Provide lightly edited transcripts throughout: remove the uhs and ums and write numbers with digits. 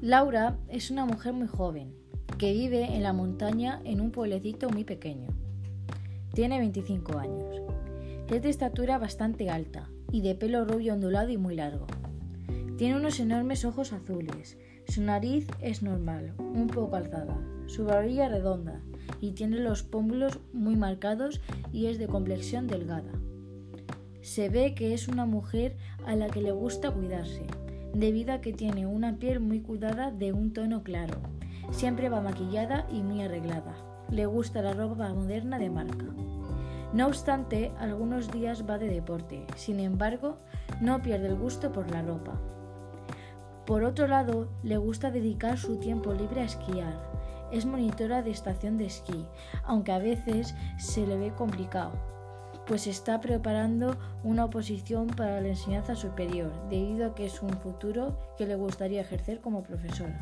Laura es una mujer muy joven, que vive en la montaña en un pueblecito muy pequeño. Tiene 25 años. Es de estatura bastante alta y de pelo rubio ondulado y muy largo. Tiene unos enormes ojos azules. Su nariz es normal, un poco alzada. Su barbilla redonda y tiene los pómulos muy marcados y es de complexión delgada. Se ve que es una mujer a la que le gusta cuidarse, debido a que tiene una piel muy cuidada de un tono claro. Siempre va maquillada y muy arreglada. Le gusta la ropa moderna de marca. No obstante, algunos días va de deporte. Sin embargo, no pierde el gusto por la ropa. Por otro lado, le gusta dedicar su tiempo libre a esquiar. Es monitora de estación de esquí, aunque a veces se le ve complicado, pues está preparando una oposición para la enseñanza superior, debido a que es un futuro que le gustaría ejercer como profesora.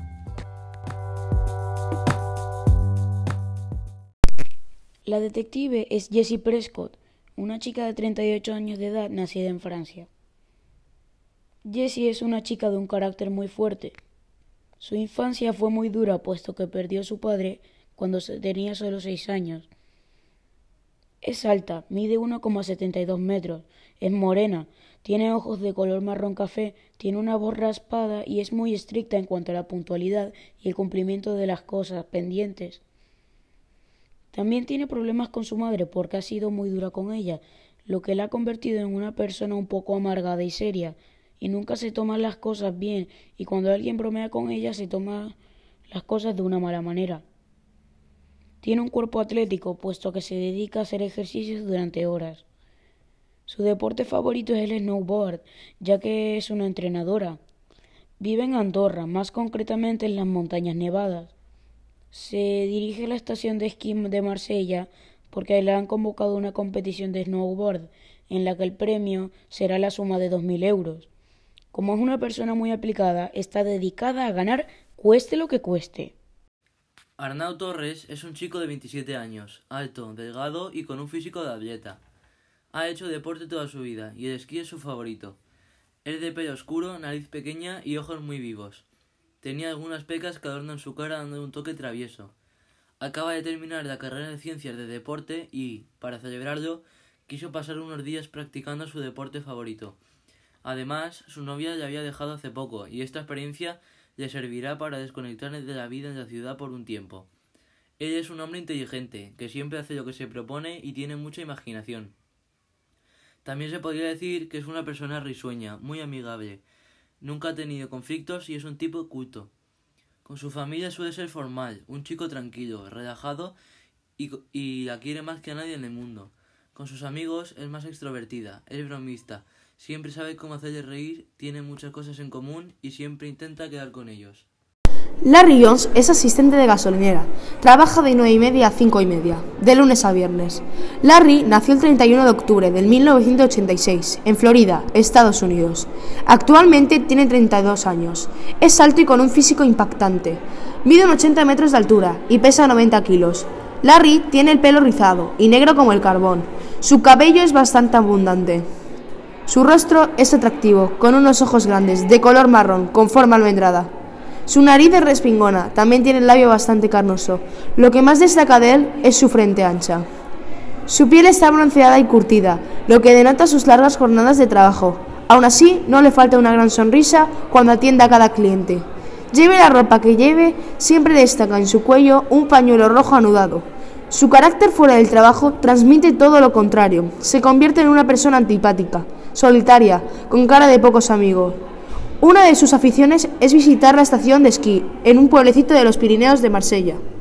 La detective es Jessie Prescott, una chica de 38 años de edad nacida en Francia. Jessie es una chica de un carácter muy fuerte. Su infancia fue muy dura puesto que perdió a su padre cuando tenía solo 6 años. Es alta, mide 1,72 metros, es morena, tiene ojos de color marrón café, tiene una voz raspada y es muy estricta en cuanto a la puntualidad y el cumplimiento de las cosas pendientes. También tiene problemas con su madre porque ha sido muy dura con ella, lo que la ha convertido en una persona un poco amargada y seria, y nunca se toma las cosas bien, y cuando alguien bromea con ella se toma las cosas de una mala manera. Tiene un cuerpo atlético, puesto que se dedica a hacer ejercicios durante horas. Su deporte favorito es el snowboard, ya que es una entrenadora. Vive en Andorra, más concretamente en las montañas nevadas. Se dirige a la estación de esquí de Marsella porque le han convocado a una competición de snowboard, en la que el premio será la suma de 2.000 euros. Como es una persona muy aplicada, está dedicada a ganar cueste lo que cueste. Arnau Torres es un chico de 27 años, alto, delgado y con un físico de atleta. Ha hecho deporte toda su vida y el esquí es su favorito. Es de pelo oscuro, nariz pequeña y ojos muy vivos. Tenía algunas pecas que adornan su cara dando un toque travieso. Acaba de terminar la carrera de Ciencias de Deporte y, para celebrarlo, quiso pasar unos días practicando su deporte favorito. Además, su novia le había dejado hace poco y esta experiencia le servirá para desconectar de la vida en la ciudad por un tiempo. Él es un hombre inteligente, que siempre hace lo que se propone y tiene mucha imaginación. También se podría decir que es una persona risueña, muy amigable. Nunca ha tenido conflictos y es un tipo culto. Con su familia suele ser formal, un chico tranquilo, relajado y la quiere más que a nadie en el mundo. Con sus amigos es más extrovertida, es bromista, siempre sabe cómo hacerles reír, tiene muchas cosas en común y siempre intenta quedar con ellos. Larry Jones es asistente de gasolinera. Trabaja de 9:30 a 5:30, de lunes a viernes. Larry nació el 31 de octubre de 1986, en Florida, Estados Unidos. Actualmente tiene 32 años. Es alto y con un físico impactante. Mide unos 80 metros de altura y pesa 90 kilos. Larry tiene el pelo rizado y negro como el carbón. Su cabello es bastante abundante. Su rostro es atractivo, con unos ojos grandes, de color marrón, con forma almendrada. Su nariz es respingona, también tiene el labio bastante carnoso. Lo que más destaca de él es su frente ancha. Su piel está bronceada y curtida, lo que denota sus largas jornadas de trabajo. Aún así, no le falta una gran sonrisa cuando atiende a cada cliente. Lleve la ropa que lleve, siempre destaca en su cuello un pañuelo rojo anudado. Su carácter fuera del trabajo transmite todo lo contrario. Se convierte en una persona antipática, solitaria, con cara de pocos amigos. Una de sus aficiones es visitar la estación de esquí en un pueblecito de los Pirineos de Marsella.